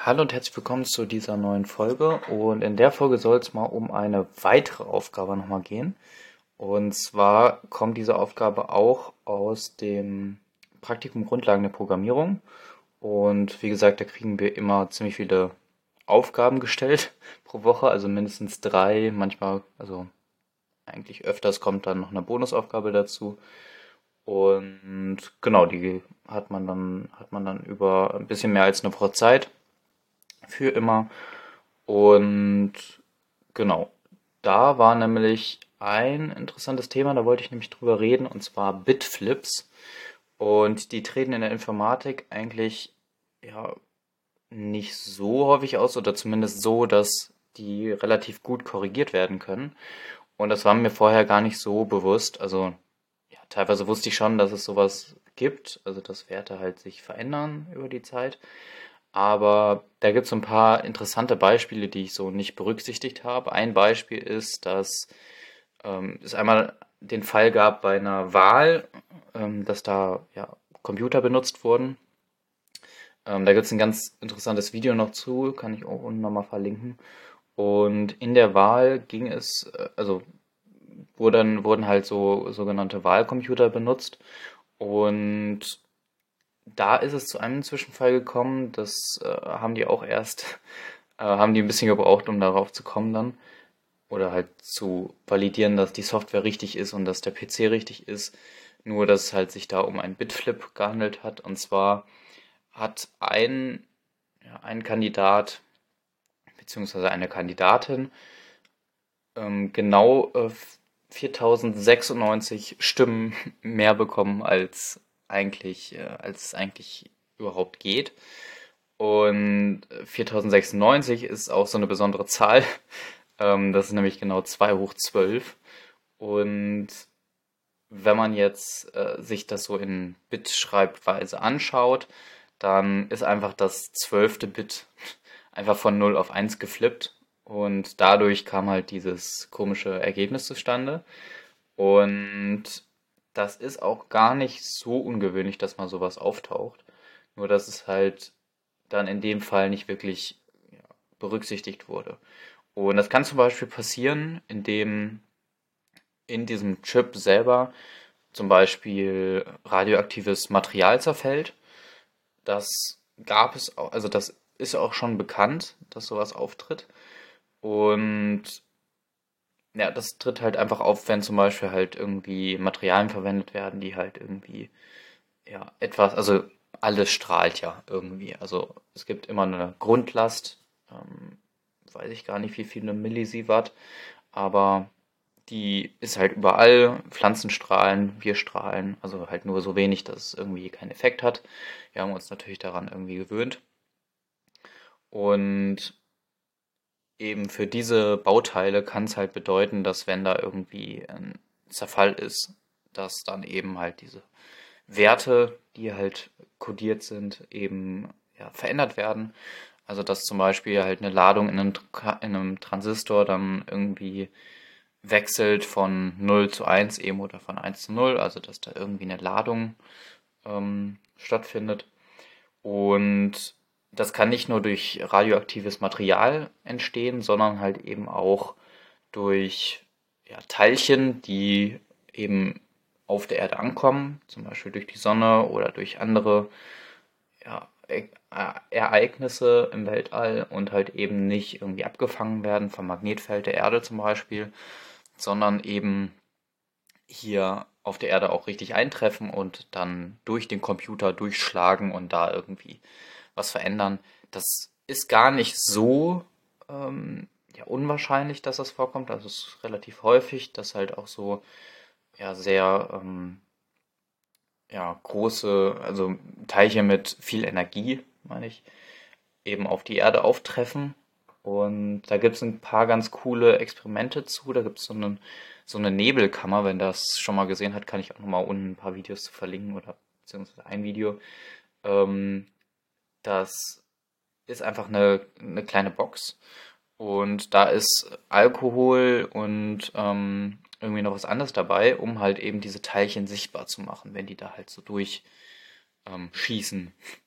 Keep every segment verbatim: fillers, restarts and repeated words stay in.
Hallo und herzlich willkommen zu dieser neuen Folge. Und in der Folge soll es mal um eine weitere Aufgabe nochmal gehen. Und zwar kommt diese Aufgabe auch aus dem Praktikum Grundlagen der Programmierung. Und wie gesagt, da kriegen wir immer ziemlich viele Aufgaben gestellt pro Woche, also mindestens drei, manchmal, also eigentlich öfters kommt dann noch eine Bonusaufgabe dazu. Und genau, die hat man dann, hat man dann über ein bisschen mehr als eine Woche Zeit für immer. Und genau, da war nämlich ein interessantes Thema, da wollte ich nämlich drüber reden, und zwar Bitflips. Und die treten in der Informatik eigentlich ja nicht so häufig aus oder zumindest so, dass die relativ gut korrigiert werden können. Und das war mir vorher gar nicht so bewusst. Also ja, teilweise wusste ich schon, dass es sowas gibt, also dass Werte halt sich verändern über die Zeit. Aber da gibt es so ein paar interessante Beispiele, die ich so nicht berücksichtigt habe. Ein Beispiel ist, dass ähm, es einmal den Fall gab bei einer Wahl, ähm, dass da ja, Computer benutzt wurden. Ähm, da gibt es ein ganz interessantes Video noch zu, kann ich auch unten nochmal verlinken. Und in der Wahl ging es, äh, also wurden, wurden halt so sogenannte Wahlcomputer benutzt. Und da ist es zu einem Zwischenfall gekommen, das äh, haben die auch erst, äh, haben die ein bisschen gebraucht, um darauf zu kommen dann. Oder halt zu validieren, dass die Software richtig ist und dass der P C richtig ist. Nur, dass es halt sich da um einen Bitflip gehandelt hat. Und zwar hat ein, ja, ein Kandidat beziehungsweise eine Kandidatin ähm, genau äh, viertausendsechsundneunzig Stimmen mehr bekommen, als eigentlich, äh, als es eigentlich überhaupt geht. Und viertausendsechsundneunzig ist auch so eine besondere Zahl. Ähm, das ist nämlich genau zwei hoch zwölf. Und wenn man jetzt äh, sich das so in Bit-Schreibweise anschaut, dann ist einfach das zwölfte Bit einfach von null auf eins geflippt. Und dadurch kam halt dieses komische Ergebnis zustande. Und das ist auch gar nicht so ungewöhnlich, dass mal sowas auftaucht. Nur dass es halt dann in dem Fall nicht wirklich ja, berücksichtigt wurde. Und das kann zum Beispiel passieren, indem in diesem Chip selber zum Beispiel radioaktives Material zerfällt. Das gab es auch, also das ist auch schon bekannt, dass sowas auftritt. Und ja, das tritt halt einfach auf, wenn zum Beispiel halt irgendwie Materialien verwendet werden, die halt irgendwie, ja, etwas, also alles strahlt ja irgendwie. Also es gibt immer eine Grundlast, ähm, weiß ich gar nicht, wie viele Millisievert, aber die ist halt überall. Pflanzen strahlen, wir strahlen, also halt nur so wenig, dass es irgendwie keinen Effekt hat. Wir haben uns natürlich daran irgendwie gewöhnt. Und eben für diese Bauteile kann es halt bedeuten, dass wenn da irgendwie ein Zerfall ist, dass dann eben halt diese Werte, die halt kodiert sind, eben ja, verändert werden. Also dass zum Beispiel halt eine Ladung in einem, Tra- in einem Transistor dann irgendwie wechselt von null zu eins eben oder von eins zu null, also dass da irgendwie eine Ladung ähm, stattfindet. Und das kann nicht nur durch radioaktives Material entstehen, sondern halt eben auch durch ja, Teilchen, die eben auf der Erde ankommen, zum Beispiel durch die Sonne oder durch andere ja, E- äh, Ereignisse im Weltall und halt eben nicht irgendwie abgefangen werden vom Magnetfeld der Erde zum Beispiel, sondern eben hier auf der Erde auch richtig eintreffen und dann durch den Computer durchschlagen und da irgendwie was verändern. Das ist gar nicht so ähm, ja, unwahrscheinlich, dass das vorkommt. Also es ist relativ häufig, dass halt auch so ja sehr ähm, ja, große, also Teilchen mit viel Energie, meine ich, eben auf die Erde auftreffen. Und da gibt es ein paar ganz coole Experimente zu. Da gibt es so, einen, so eine Nebelkammer. Wenn das schon mal gesehen hat, kann ich auch noch mal unten ein paar Videos zu verlinken oder beziehungsweise ein Video. Ähm, das ist einfach eine, eine kleine Box. Und da ist Alkohol und ähm, irgendwie noch was anderes dabei, um halt eben diese Teilchen sichtbar zu machen, wenn die da halt so durch ähm, schießen.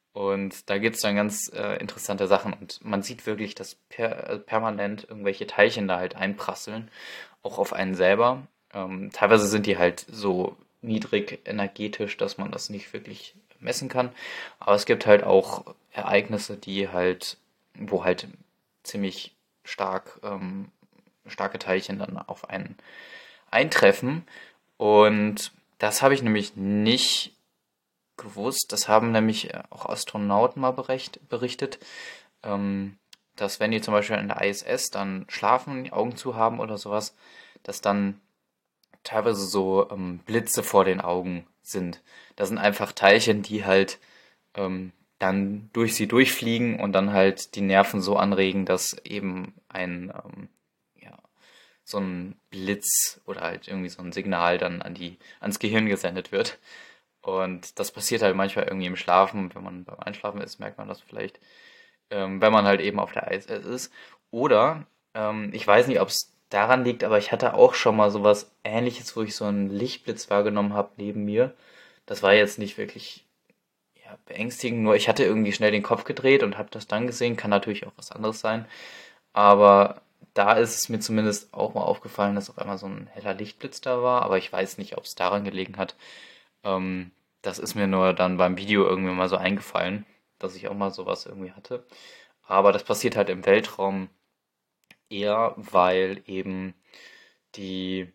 Und da gibt's dann ganz äh, interessante Sachen und man sieht wirklich, dass per äh, permanent irgendwelche Teilchen da halt einprasseln, auch auf einen selber. Ähm, teilweise sind die halt so niedrig energetisch, dass man das nicht wirklich messen kann. Aber es gibt halt auch Ereignisse, die halt, wo halt ziemlich stark, ähm, starke Teilchen dann auf einen eintreffen. Und das habe ich nämlich nicht gewusst. Das haben nämlich äh, auch Astronauten mal berecht, berichtet, ähm, dass wenn die zum Beispiel in der I S S dann schlafen, die Augen zu haben oder sowas, dass dann teilweise so ähm, Blitze vor den Augen sind. Das sind einfach Teilchen, die halt ähm, dann durch sie durchfliegen und dann halt die Nerven so anregen, dass eben ein ähm, ja, so ein Blitz oder halt irgendwie so ein Signal dann an die ans Gehirn gesendet wird. Und das passiert halt manchmal irgendwie im Schlafen. Wenn man beim Einschlafen ist, merkt man das vielleicht, ähm, wenn man halt eben auf der I S S ist. Oder, ähm, ich weiß nicht, ob es daran liegt, aber ich hatte auch schon mal sowas Ähnliches, wo ich so einen Lichtblitz wahrgenommen habe neben mir. Das war jetzt nicht wirklich ja, beängstigend, nur ich hatte irgendwie schnell den Kopf gedreht und habe das dann gesehen. Kann natürlich auch was anderes sein. Aber da ist es mir zumindest auch mal aufgefallen, dass auf einmal so ein heller Lichtblitz da war. Aber ich weiß nicht, ob es daran gelegen hat. Ähm, Das ist mir nur dann beim Video irgendwie mal so eingefallen, dass ich auch mal sowas irgendwie hatte. Aber das passiert halt im Weltraum eher, weil eben die,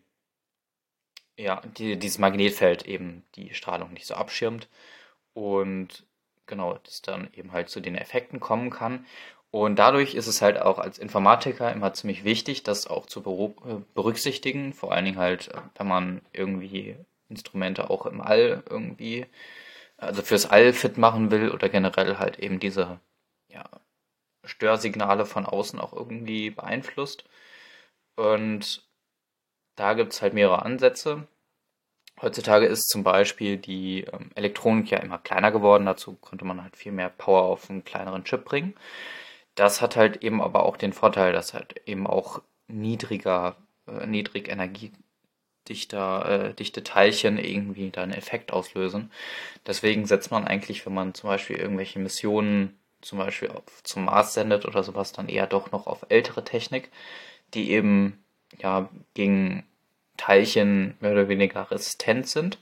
ja, die, dieses Magnetfeld eben die Strahlung nicht so abschirmt und genau, das dann eben halt zu den Effekten kommen kann. Und dadurch ist es halt auch als Informatiker immer ziemlich wichtig, das auch zu beru- äh, berücksichtigen. Vor allen Dingen halt, äh, wenn man irgendwie Instrumente auch im All irgendwie, also fürs All fit machen will oder generell halt eben diese ja, Störsignale von außen auch irgendwie beeinflusst. Und da gibt es halt mehrere Ansätze. Heutzutage ist zum Beispiel die ähm, Elektronik ja immer kleiner geworden. Dazu konnte man halt viel mehr Power auf einen kleineren Chip bringen. Das hat halt eben aber auch den Vorteil, dass halt eben auch niedriger, äh, niedrig energiedichter, äh, dichte Teilchen irgendwie da einen Effekt auslösen. Deswegen setzt man eigentlich, wenn man zum Beispiel irgendwelche Missionen zum Beispiel auf, zum Mars sendet oder sowas, dann eher doch noch auf ältere Technik, die eben ja gegen Teilchen mehr oder weniger resistent sind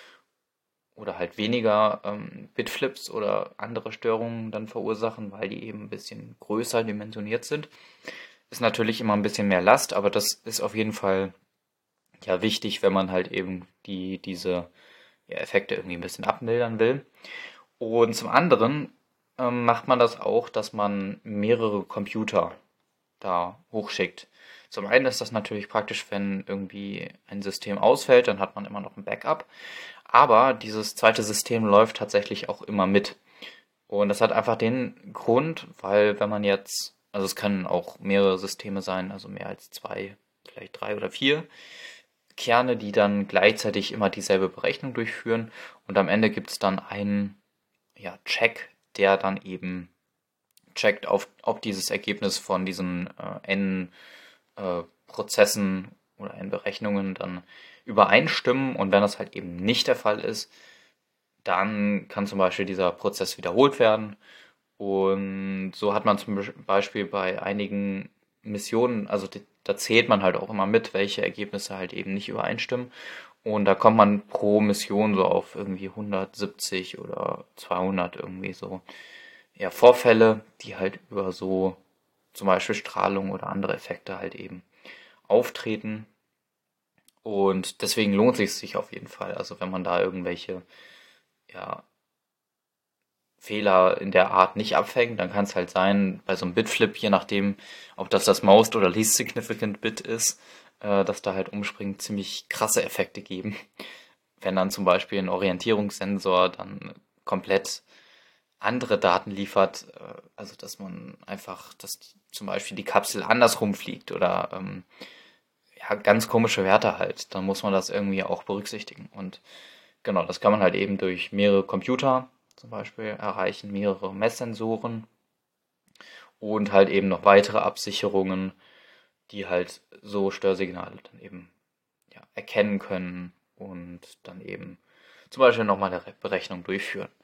oder halt weniger ähm, Bitflips oder andere Störungen dann verursachen, weil die eben ein bisschen größer dimensioniert sind. Ist natürlich immer ein bisschen mehr Last, aber das ist auf jeden Fall ja wichtig, wenn man halt eben die, diese ja, Effekte irgendwie ein bisschen abmildern will. Und zum anderen ähm, macht man das auch, dass man mehrere Computer da hochschickt. Zum einen ist das natürlich praktisch, wenn irgendwie ein System ausfällt, dann hat man immer noch ein Backup. Aber dieses zweite System läuft tatsächlich auch immer mit. Und das hat einfach den Grund, weil wenn man jetzt, also es können auch mehrere Systeme sein, also mehr als zwei, vielleicht drei oder vier Kerne, die dann gleichzeitig immer dieselbe Berechnung durchführen. Und am Ende gibt es dann einen ja, Check, der dann eben checkt, auf, ob dieses Ergebnis von diesen äh, N äh, Prozessen oder N Berechnungen dann übereinstimmen. Und wenn das halt eben nicht der Fall ist, dann kann zum Beispiel dieser Prozess wiederholt werden. Und so hat man zum Beispiel bei einigen Missionen, also die, da zählt man halt auch immer mit, welche Ergebnisse halt eben nicht übereinstimmen. Und da kommt man pro Mission so auf irgendwie hundertsiebzig oder zweihundert irgendwie so ja, Vorfälle, die halt über so zum Beispiel Strahlung oder andere Effekte halt eben auftreten. Und deswegen lohnt es sich auf jeden Fall. Also wenn man da irgendwelche ja, Fehler in der Art nicht abfängt, dann kann es halt sein, bei so einem Bitflip, je nachdem, ob das das Most oder Least Significant Bit ist, äh, dass da halt umspringen ziemlich krasse Effekte geben. Wenn dann zum Beispiel ein Orientierungssensor dann komplett andere Daten liefert, äh, also dass man einfach, dass die, zum Beispiel die Kapsel andersrum fliegt oder ähm, ja, ganz komische Werte halt, dann muss man das irgendwie auch berücksichtigen. Und genau, das kann man halt eben durch mehrere Computer zum Beispiel erreichen, mehrere Messsensoren und halt eben noch weitere Absicherungen, die halt so Störsignale dann eben ja, erkennen können und dann eben zum Beispiel nochmal eine Berechnung durchführen.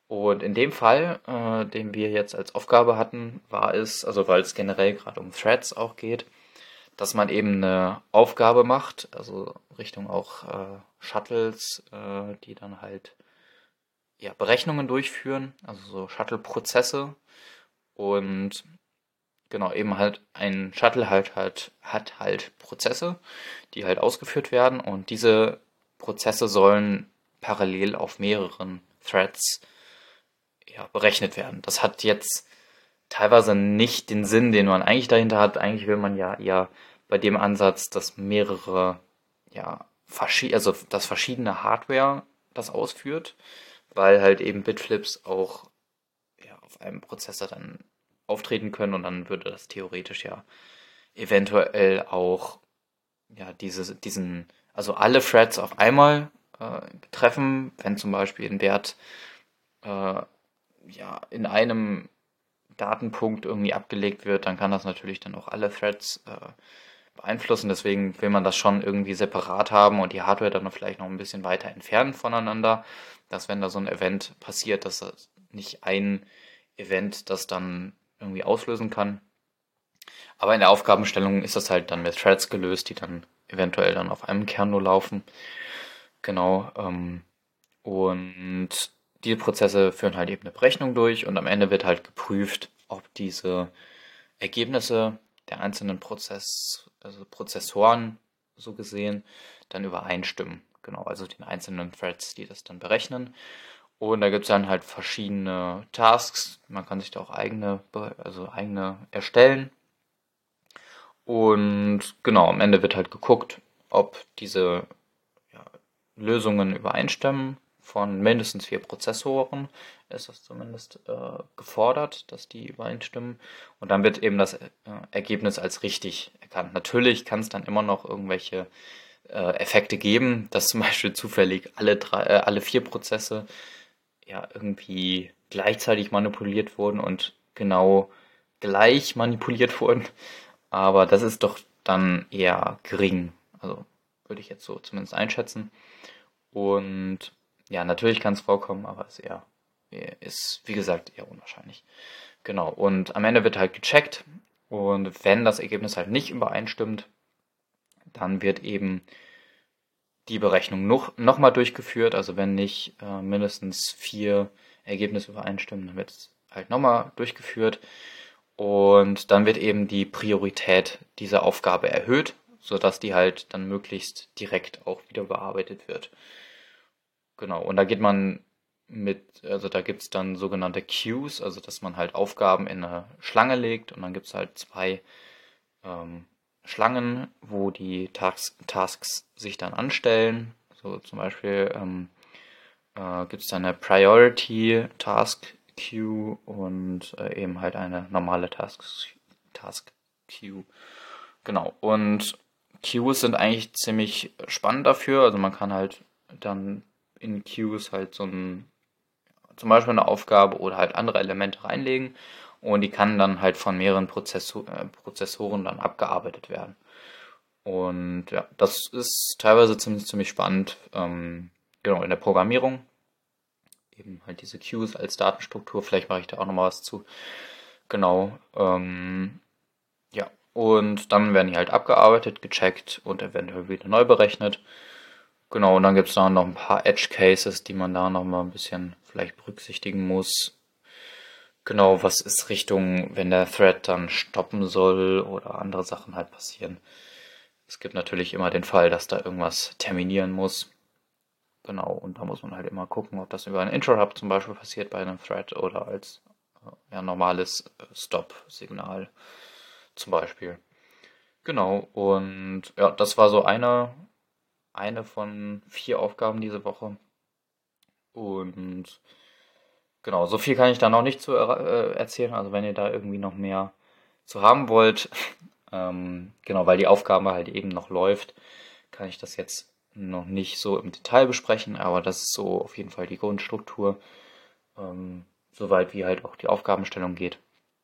Und in dem Fall, äh, den wir jetzt als Aufgabe hatten, war es, also weil es generell gerade um Threads auch geht, dass man eben eine Aufgabe macht, also Richtung auch äh, Shuttles, äh, die dann halt ja, Berechnungen durchführen, also so Shuttle-Prozesse. Und genau, eben halt ein Shuttle halt, halt hat halt Prozesse, die halt ausgeführt werden und diese Prozesse sollen parallel auf mehreren Threads ja, berechnet werden. Das hat jetzt teilweise nicht den Sinn, den man eigentlich dahinter hat. Eigentlich will man ja eher bei dem Ansatz, dass mehrere, ja, verschi also dass verschiedene Hardware das ausführt, weil halt eben Bitflips auch ja, auf einem Prozessor dann auftreten können und dann würde das theoretisch ja eventuell auch ja diese, diesen, also alle Threads auf einmal äh, betreffen, wenn zum Beispiel ein Wert äh, ja in einem Datenpunkt irgendwie abgelegt wird, dann kann das natürlich dann auch alle Threads äh, beeinflussen. Deswegen will man das schon irgendwie separat haben und die Hardware dann vielleicht noch ein bisschen weiter entfernen voneinander, dass wenn da so ein Event passiert, dass das nicht ein Event das dann irgendwie auslösen kann. Aber in der Aufgabenstellung ist das halt dann mit Threads gelöst, die dann eventuell dann auf einem Kern nur laufen. Genau. Ähm, und diese Prozesse führen halt eben eine Berechnung durch und am Ende wird halt geprüft, ob diese Ergebnisse der einzelnen Prozess, also Prozessoren so gesehen, dann übereinstimmen. Genau, also den einzelnen Threads, die das dann berechnen. Und da gibt es dann halt verschiedene Tasks. Man kann sich da auch eigene, also eigene erstellen. Und genau, am Ende wird halt geguckt, ob diese ja, Lösungen übereinstimmen. Von mindestens vier Prozessoren ist das zumindest äh, gefordert, dass die übereinstimmen. Und dann wird eben das äh, Ergebnis als richtig erkannt. Natürlich kann es dann immer noch irgendwelche äh, Effekte geben, dass zum Beispiel zufällig alle drei, äh, alle vier Prozesse ja irgendwie gleichzeitig manipuliert wurden und genau gleich manipuliert wurden. Aber das ist doch dann eher gering. Also würde ich jetzt so zumindest einschätzen. Und ja, natürlich kann es vorkommen, aber es ist eher, ist, wie gesagt, eher unwahrscheinlich. Genau. Und am Ende wird halt gecheckt. Und wenn das Ergebnis halt nicht übereinstimmt, dann wird eben die Berechnung noch, noch mal durchgeführt. Also wenn nicht äh, mindestens vier Ergebnisse übereinstimmen, dann wird es halt nochmal durchgeführt. Und dann wird eben die Priorität dieser Aufgabe erhöht, sodass die halt dann möglichst direkt auch wieder bearbeitet wird. Genau, und da geht man mit, also da gibt's dann sogenannte Queues, also dass man halt Aufgaben in eine Schlange legt und dann gibt's halt zwei ähm, Schlangen, wo die Tasks, Tasks sich dann anstellen. So zum Beispiel ähm, äh, gibt es dann eine Priority Task Queue und äh, eben halt eine normale Task, Task Queue. Genau. Und Queues sind eigentlich ziemlich spannend dafür. Also man kann halt dann in Queues halt so ein, zum Beispiel eine Aufgabe oder halt andere Elemente reinlegen und die kann dann halt von mehreren Prozessor, äh, Prozessoren dann abgearbeitet werden. Und ja, das ist teilweise ziemlich, ziemlich spannend. Ähm, genau, in der Programmierung. Eben halt diese Queues als Datenstruktur. Vielleicht mache ich da auch nochmal was zu. Genau. Ähm, ja. Und dann werden die halt abgearbeitet, gecheckt und eventuell wieder neu berechnet. Genau, und dann gibt es da noch ein paar Edge Cases, die man da nochmal ein bisschen vielleicht berücksichtigen muss. Genau, was ist Richtung, wenn der Thread dann stoppen soll oder andere Sachen halt passieren. Es gibt natürlich immer den Fall, dass da irgendwas terminieren muss. Genau, und da muss man halt immer gucken, ob das über ein Interrupt zum Beispiel passiert bei einem Thread oder als äh, ja, normales äh, Stop-Signal zum Beispiel. Genau, und ja, das war so eine, eine von vier Aufgaben diese Woche. Und genau, so viel kann ich da noch nicht zu äh, erzählen. Also wenn ihr da irgendwie noch mehr zu haben wollt, ähm, genau, weil die Aufgabe halt eben noch läuft, kann ich das jetzt noch nicht so im Detail besprechen, aber das ist so auf jeden Fall die Grundstruktur, ähm, soweit wie halt auch die Aufgabenstellung geht.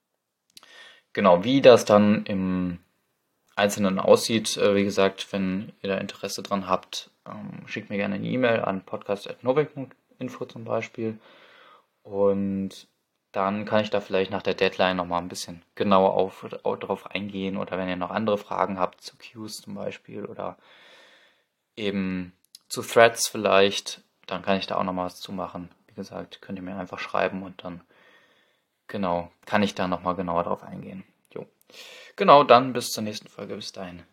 Genau, wie das dann im Einzelnen aussieht, äh, wie gesagt, wenn ihr da Interesse dran habt, ähm, schickt mir gerne eine E-Mail an podcast at novik punkt info zum Beispiel. Und dann kann ich da vielleicht nach der Deadline nochmal ein bisschen genauer auf, auf, drauf eingehen. Oder wenn ihr noch andere Fragen habt zu Queues zum Beispiel oder eben zu Threads vielleicht, dann kann ich da auch nochmal was zu machen. Wie gesagt, könnt ihr mir einfach schreiben und dann, genau, kann ich da nochmal genauer drauf eingehen. Jo. Genau, dann bis zur nächsten Folge. Bis dahin.